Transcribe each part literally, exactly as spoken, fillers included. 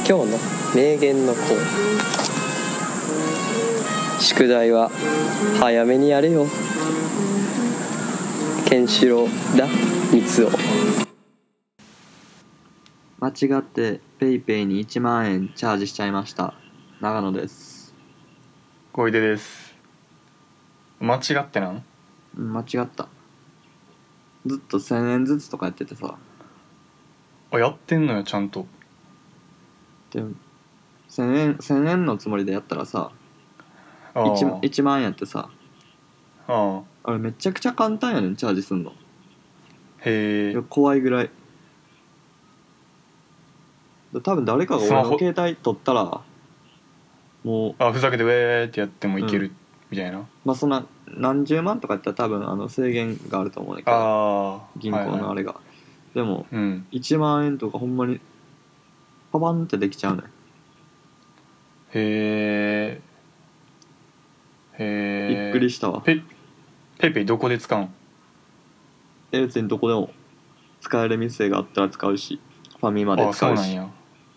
今日の名言のコーナー。宿題は早めにやれよ。ケンシロウだ三つお。 間違ってペイペイにいちまんえんチャージしちゃいました。長野です。 小出です。間違ってなん？ うん間違った。ずっとせんえんずつとかやっててさ。 あ、やってんのよちゃんと。 でせんえんせんえんのつもりでやったらさ、 あ 1, いちまん円やってさ、 ああれめちゃくちゃ簡単やねん、チャージすんの。 へえ。 怖いぐらい。多分誰かが俺の携帯取ったらもうあふざけてウェーってやってもいける、うん、みたいな。 まあそんな何十万とかやったら多分あの制限があると思うんだけど、 あ銀行のあれが、はいはい、でも、 うん、 いちまんえんとかほんまにパパンってできちゃうね。 へえ。へえ。 びっくりしたわ。 ペペイペイどこで使うん？ え別にどこでも使える店があったら使うし、ファミマで使うし。あ、そうなんや。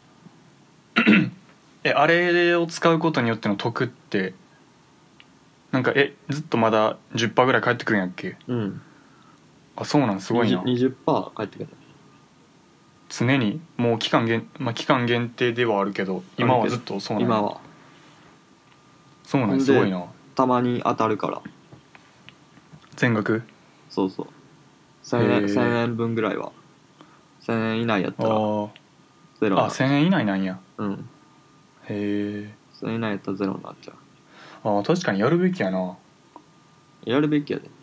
えあれを使うことによっての得ってなんかえずっとまだ じゅっパーセント ぐらい返ってくるんやっけ？ うん。 あ、そうなん、すごいな。 にじゅっパーセント 返ってくる。 常にもう期間限、まあ、期間限定ではあるけど今はずっとそうなんや。 今はそうなんや、すごいな。 たまに当たるから全額。 そうそう、せんえん、せんえん分ぐらいはせんえん以内やったらゼロになっちゃう。 あ、せんえん以内なんや。 うん。 へえ。 せんえん以内やったらゼロになっちゃう。 あ、確かにやるべきやな。 やるべきやで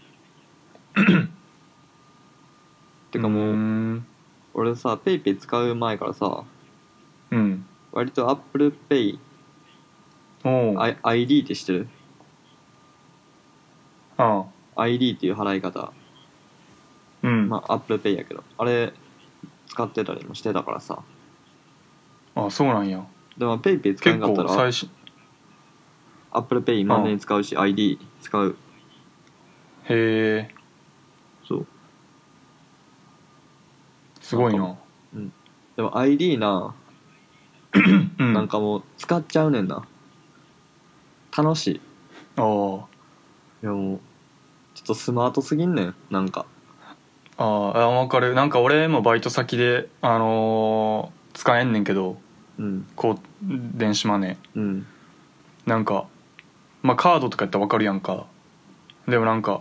てかもう、う俺さペイペイ使う前からさ、 うん、 割とアップルペイお I- アイディー って知ってる？ ああアイディー っていう払い方、 うん、 まあアップルペイやけどあれ使ってたりもしてたからさ。 あ、そうなんや。 でもペイペイ使えんかったら最初アップルペイ万年使うし アイディー 使う。 へえ。 そうすごいな。 うん。でも アイディー な、うん、なんかもう使っちゃうねんな。楽しい。 ああ。 いやもうちょっとスマートすぎんねん、なんか。 ああ、分かる。なんか俺もバイト先であのー、使えんねんけど、 うん、 こう電子マネー、うん、 なんかまあカードとかやったら分かるやんか。でもなんか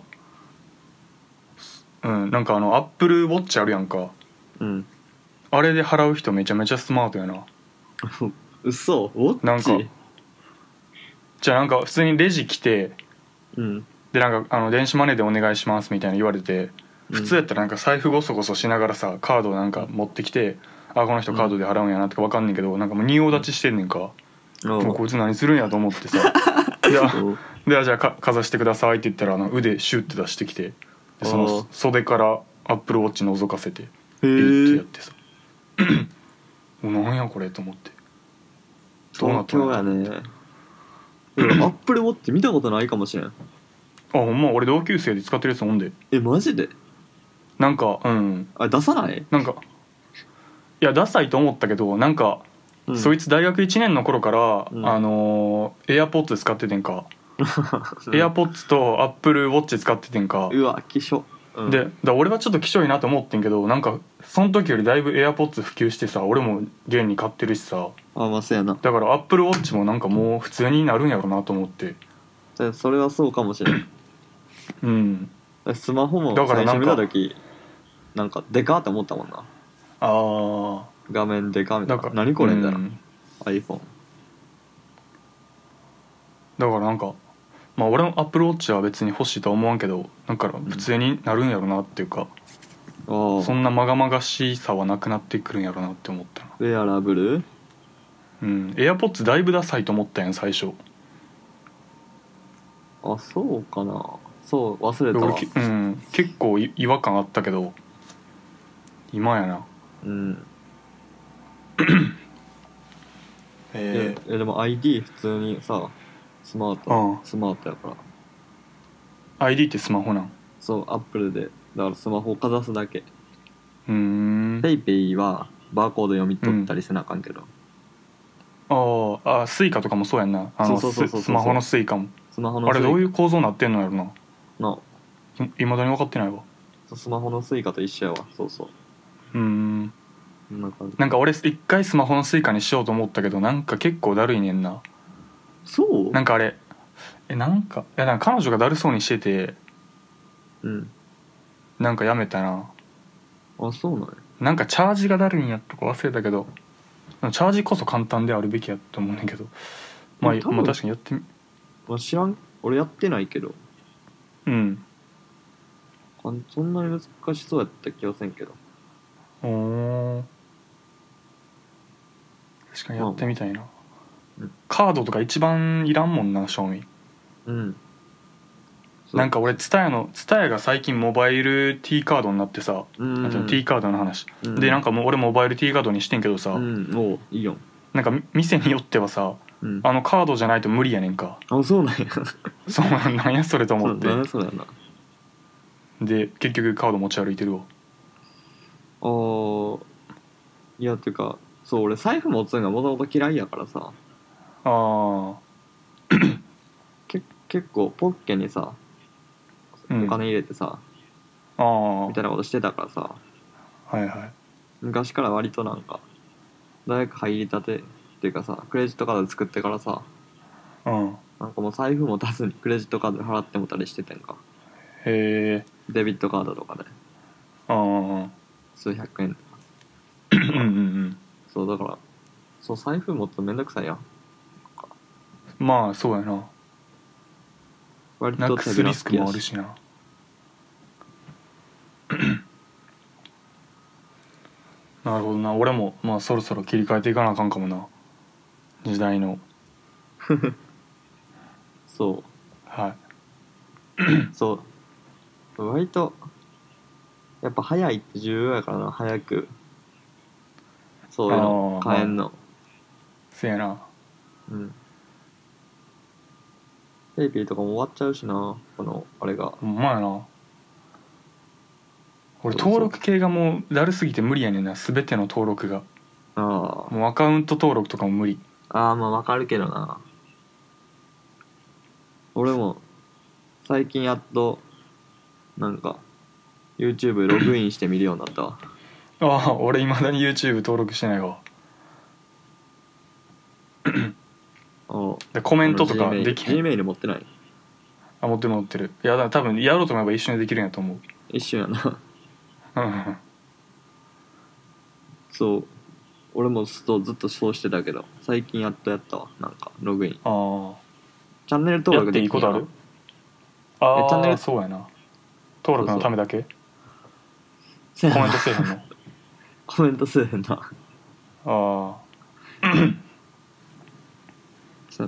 うんなんかあのアップルウォッチあるやんか。 うん。 あれで払う人めちゃめちゃスマートやな。 嘘？ウォッチ？ なんかじゃあなんか普通にレジ来て、 うん、 でなんかあの電子マネーでお願いしますみたいな言われて、普通やったらなんか財布ゴソゴソしながらさカードなんか持ってきて、あこの人カードで払うんやなとか分かんねんけど、なんかもう仁王立ちしてんねんか。もうこいつ何するんやと思ってさではじゃあかかざしてくださいって言ったらあの腕シュッて出してきて、でその袖からアップルウォッチ覗かせてピッてやってさもうなんやこれと思って。 どうなったんやね。アップルウォッチ見たことないかもしれん。あ、 ほんま俺同級生で使ってるやつおんで。 えマジで？ なんかうんあ出さない？ なんかいやダサいと思ったけどなんか、うん、そいつ大学いちねんの頃から、うん、あのエアポッツ使っててんかエアポッツとアップルウォッチ使っててんか。 うわ希少、うん、でだ俺はちょっと希少いなと思ってんけど、なんかその時よりだいぶエアポッツ普及してさ、俺も現に買ってるしさ。 あまあそうやな。 だからアップルウォッチもなんかもう普通になるんやろなと思って。 それはそうかもしれんうんスマホも最初見た時なんかでかって思ったもんな。 あ画面でかみたいな、何これみたいな、うん、iPhone だからなんかまあ俺のアップルウォッチは別に欲しいとは思わんけど、なんか普通になるんやろなっていうか、うん、そんなまがまがしさはなくなってくるんやろなって思ったな。 ウェアラブル？ うんエアポッツだいぶダサいと思ったやん最初。 あそうかな。そう忘れたわ。 うん、結構違和感あったけど今やな。 うんえー、でも アイディー 普通にさスマート、スマートやから。 アイディー ってスマホなん？ そうアップルでだからスマホをかざすだけ。 うーんペイペイはバーコード読み取ったりせなあかんけど、 ああスイカとかもそうやんな、あのそうそうそうそうそうススマホのスイカもスマホのあれどういうスイ構造になってんのやろな、 カのいまだに分かってないわ。 スマホのスイカと一緒やわ。そうそううーんこんな感じ。 なんか俺一回スマホのスイカにしようと思ったけどなんか結構だるいねんな。 そうなんかあれえなんかいやなんか彼女がだるそうにしててうんなんかやめたな。 あそうなんや。 なんかチャージがだるいんやとか忘れたけどチャージこそ簡単であるべきやと思うねんけどまあ、 多分まあ確かにやってみまあ、知らん俺やってないけどうんあそんなに難しそうやった気がせんけど。 おー確かにやってみたいな、 うんカードとか一番いらんもんな正味。 うんなんか俺ツタヤのツタヤが最近モバイル T カードになってさ、 うんあと T カードの話、 うんでなんかもう俺モバイル T カードにしてんけどさ、 うんおういいよ。 なんか店によってはさうんあのカードじゃないと無理やねんか。 あそうなんやそうなんやそれと思ってそうなんやそうやな。 で結局カード持ち歩いてるわ。 あーいやていうかそう俺財布持つのがもともと嫌いやからさあけ結構ポッケにさうんお金入れてさ、 あああみたいなことしてたからさはいはい昔から割となんか大学入りたてっていうかさクレジットカード作ってからさうんなんかもう財布持たずにクレジットカードで払ってもたりしててんかへえデビットカードとかでああ数百円とかうんうんうんそうだからそう財布持つのめんどくさいやんまあそうやな割となくすリスクもあるししななるほどな。俺もまあそろそろ切り替えていかなあかんかもな時代のそはうそう割とやっぱ早いって重要やからな早くそういうのあー変えんのいせやなうんペイペイとかも終わっちゃうしなこのあれがほんまやな。俺そうそう登録系がもうだるすぎて無理やねんな。全ての登録があーもうアカウント登録とかも無理。 あーまあわかるけどな俺も最近やっとなんか YouTube ログインして見るようになったわああ俺いまだに YouTube 登録してないわ。 おでコメントとかできへん。 Gmail 持ってないあ持ってる持ってる。いやだから多分やろうと思えば一緒にできるんやと思う。 一緒やなうんそう俺もずっとずっとそうしてたけど最近やっとやったわなんかログインあチャンネル登あやって録できいいことある？ えあチャンネルあそうやな。登録のためだけそうコメントせえへんの？ コメントせえへんなああそう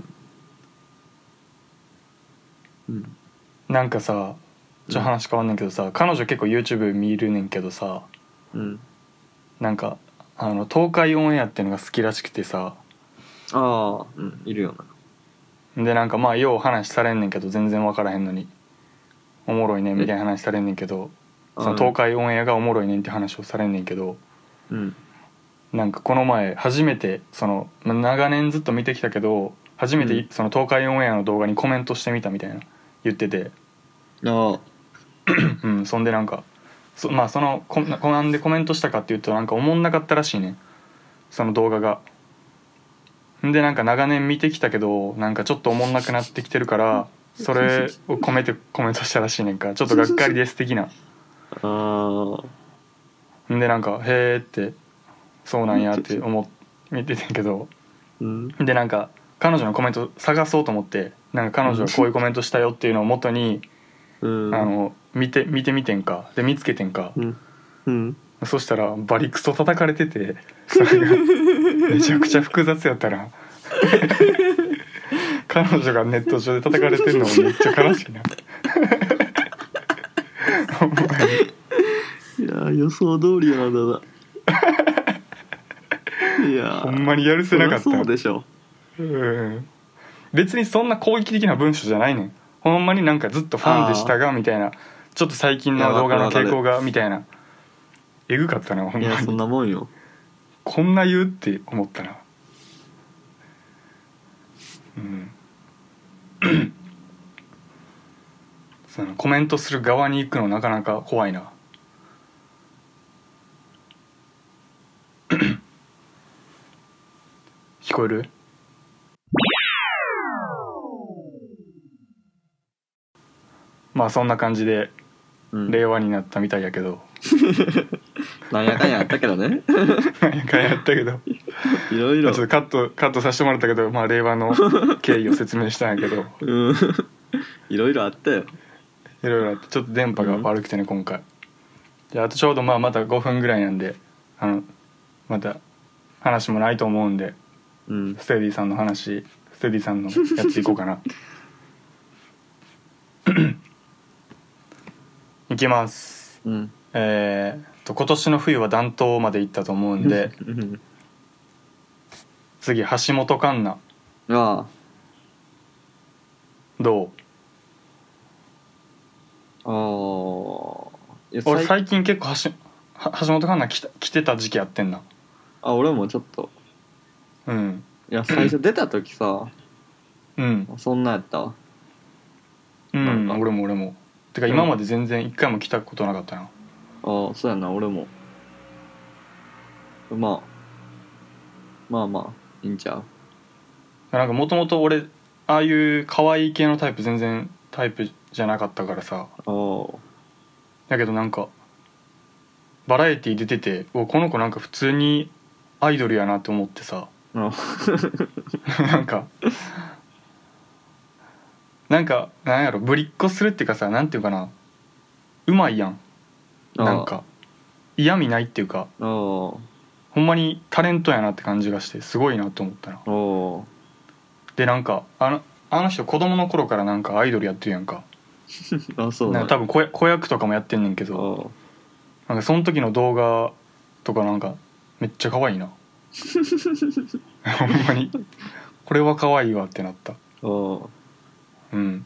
うんなんかさちょっと話変わんねんけどさ、彼女結構 YouTube 見るねんけどさうんなんかあの東海オンエアっていうのが好きらしくてさああうんいるよなでなんかまあよう話されんねんけど全然分からへんのにおもろいねんみたいな話されんねんけどその東海オンエアがおもろいねんって話をされんねんけどうんなんかこの前初めてそのま長年ずっと見てきたけど初めてうんその東海オンエアの動画にコメントしてみたみたいな言っててああうんそんでなんかそまあそのここなんでコメントしたかっていうとなんかおもんなかったらしいねんその動画が。んでなんか長年見てきたけどなんかちょっとおもんなくなってきてるからそれを込めてコメントしたらしいねんかちょっとがっかりです的な。 ああんでなんかへーってそうなんやって思って見ててんけどうんでなんか彼女のコメント探そうと思ってなんか彼女はこういうコメントしたよっていうのを元にうんあの見て見てみてんかで見つけてんかうんうんそしたらバリクソ叩かれててそれがめちゃくちゃ複雑やったら彼女がネット上で叩かれてるのもめっちゃ悲しいなほんまにいや予想通りやなだだいやほんまにやるせなかった。 そうでしょうん別にそんな攻撃的な文章じゃないねん。ほんまになんかずっとファンでしたがみたいなちょっと最近の動画の傾向がみたいなえぐかったなほんまに。 いやそんなもんよこんな言うって思ったな。 うんそのコメントする側に行くのなかなか怖いな。聞こえる？まあそんな感じでうん、 令和になったみたいやけど、 なんやかんやあったけどね何回やったけどいろいろちょっとカットカットさせてもらったけど、まあ令和の経緯を説明したんやけどうんいろいろあったよ。 いろいろあってちょっと電波が悪くてね、今回。じゃああとちょうどまあまたごふんぐらいなんで、あのまた話もないと思うんで、 うんステディさんの話、ステディさんのやついこうかな。いきます。 うんえー、と今年の冬は暖冬まで行ったと思うんでうん次橋本環奈あどあああいやう？俺最最近結構橋は橋本環奈来た来てた時期やってんな。 あ俺もちょっとうんいや最初出た時さうんそんなやったわ。 うんなんか俺も俺もてか今まで全然一回も来たことなかったな。 ああそうやな俺もまあまあまあいいんちゃう。 なんかもともと俺ああいう可愛い系のタイプ全然タイプじゃなかったからさ。 ああだけどなんかバラエティ出てて、おこの子なんか普通にアイドルやなって思ってさあなんかなんかなんやろぶりっこするっていうかさ、なんていうかな、うまいやん。なんか嫌味ないっていうか、 ああほんまにタレントやなって感じがしてすごいなと思ったな。 おでなんかあのあの人子供の頃からなんかアイドルやってるやんか。 あそうなんか多分子子役とかもやってんねんけど、 あなんかその時の動画とかなんかめっちゃ可愛いな。ほんまにこれは可愛いわってなった。 ああうん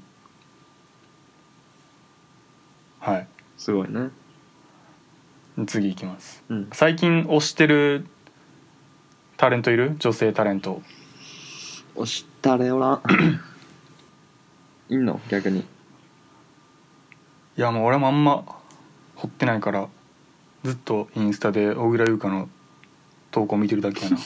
はい。 すごいね。 次いきます。 うん最近推してるタレントいる？女性タレント。 押したれおらんいんの逆に。 いやもう俺もあんま掘ってないからずっとインスタで小倉優香の投稿見てるだけやな。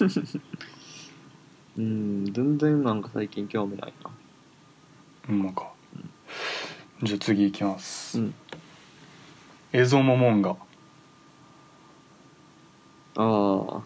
うん全然なんか最近興味ないな。 うんまか。じゃあ次いきます。 うんエゾモモンガ。 ああ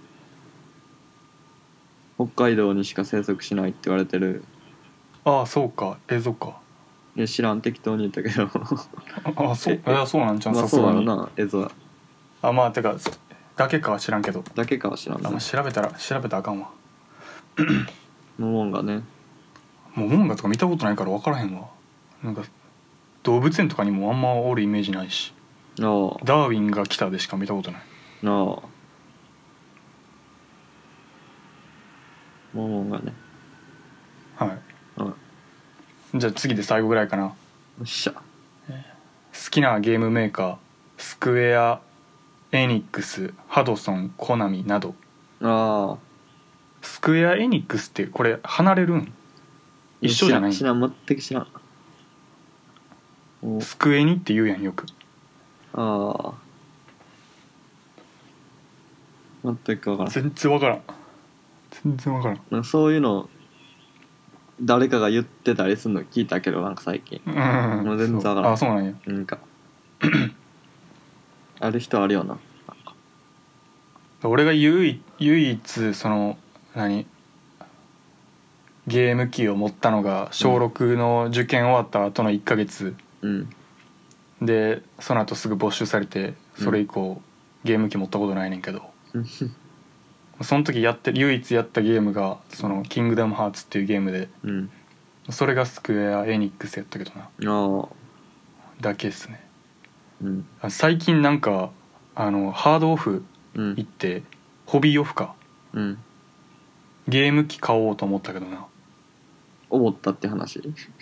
北海道にしか生息しないって言われてる。 ああそうか、エゾか。 いや知らん適当に言ったけどああそう、いやそうなんちゃう、 まあそうだろうさすがに。 なエゾあまあてかだけかは知らんけど、 だけかは知らんあ、 な。 まあ、調べたら調べたらあかんわ。 モモンがね。 もうモンガとか見たことないから分からへんわ。なんか動物園とかにもあんまおるイメージないし、 ああダーウィンが来たでしか見たことない。 なあモモンがね。 はいうんよじゃあ次で最後ぐらいかな。 っしゃ。 好きなゲームメーカー、スクエア、エニックス、ハドソン、コナミなど。 ああスクエア・エニックスってこれ離れるん？一緒じゃないん？ 知らん全く知らん。おスクエニって言うやんよく。 ああ全く分からん。 全然分からん。全然分からん。 なんかそういうの誰かが言ってたりするの聞いたけどなんか最近うんもう全然分からん。 あそうなんや。 なんかある人あるよな。 俺が唯一唯一その何ゲーム機を持ったのが小ろくの受験終わった後のいっかげつうんで、その後すぐ没収されて、それ以降ゲーム機持ったことないねんけど、その時やって唯一やったゲームがそのキングダムハーツっていうゲームで、 うんそれがスクエア・エニックスやったけどな。 ああだけっすね。 うん最近なんかあのハードオフうん行ってホビーオフかうんゲーム機買おうと思ったけどな。 思ったって話。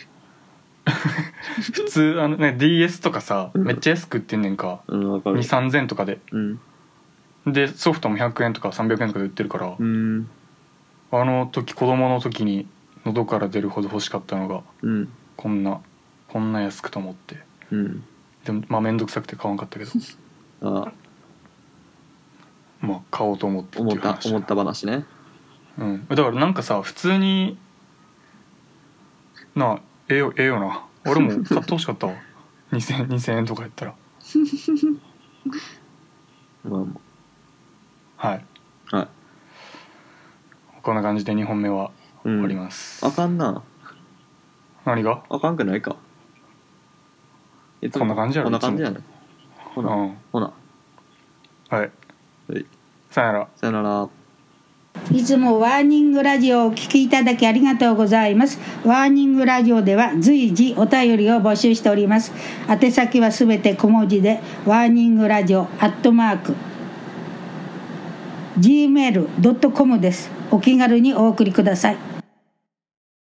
普通あのね ディーエス とかさめっちゃ安く売ってんねんか。 うん分かる。 にさんぜんとかでうんでソフトもひゃくえんとかさんびゃくえんとかで売ってるから、 うんあの時子供の時に喉から出るほど欲しかったのがうんこんなこんな安くと思って、 うんでもまあ面倒くさくて買わんかったけどあまあ買おうと思ってって思っいう話た思った話ね。 うん、だからなんかさ普通になあええよええよな俺も買ってほしかったわにせん、にせんえんとかやったらまあまはいあはいこんな感じでにほんめはうん終わります、 あかんな何があかんくないか。いつもこんな感じやろこんな感じやね。ほな、 うんほなはいはいさよなら。 さよなら。 いつもワーニングラジオをお聞きいただきありがとうございます。ワーニングラジオでは随時お便りを募集しております。宛先はすべて小文字でワーニングラジオアットマーク ジーメールドットコム です。お気軽にお送りください。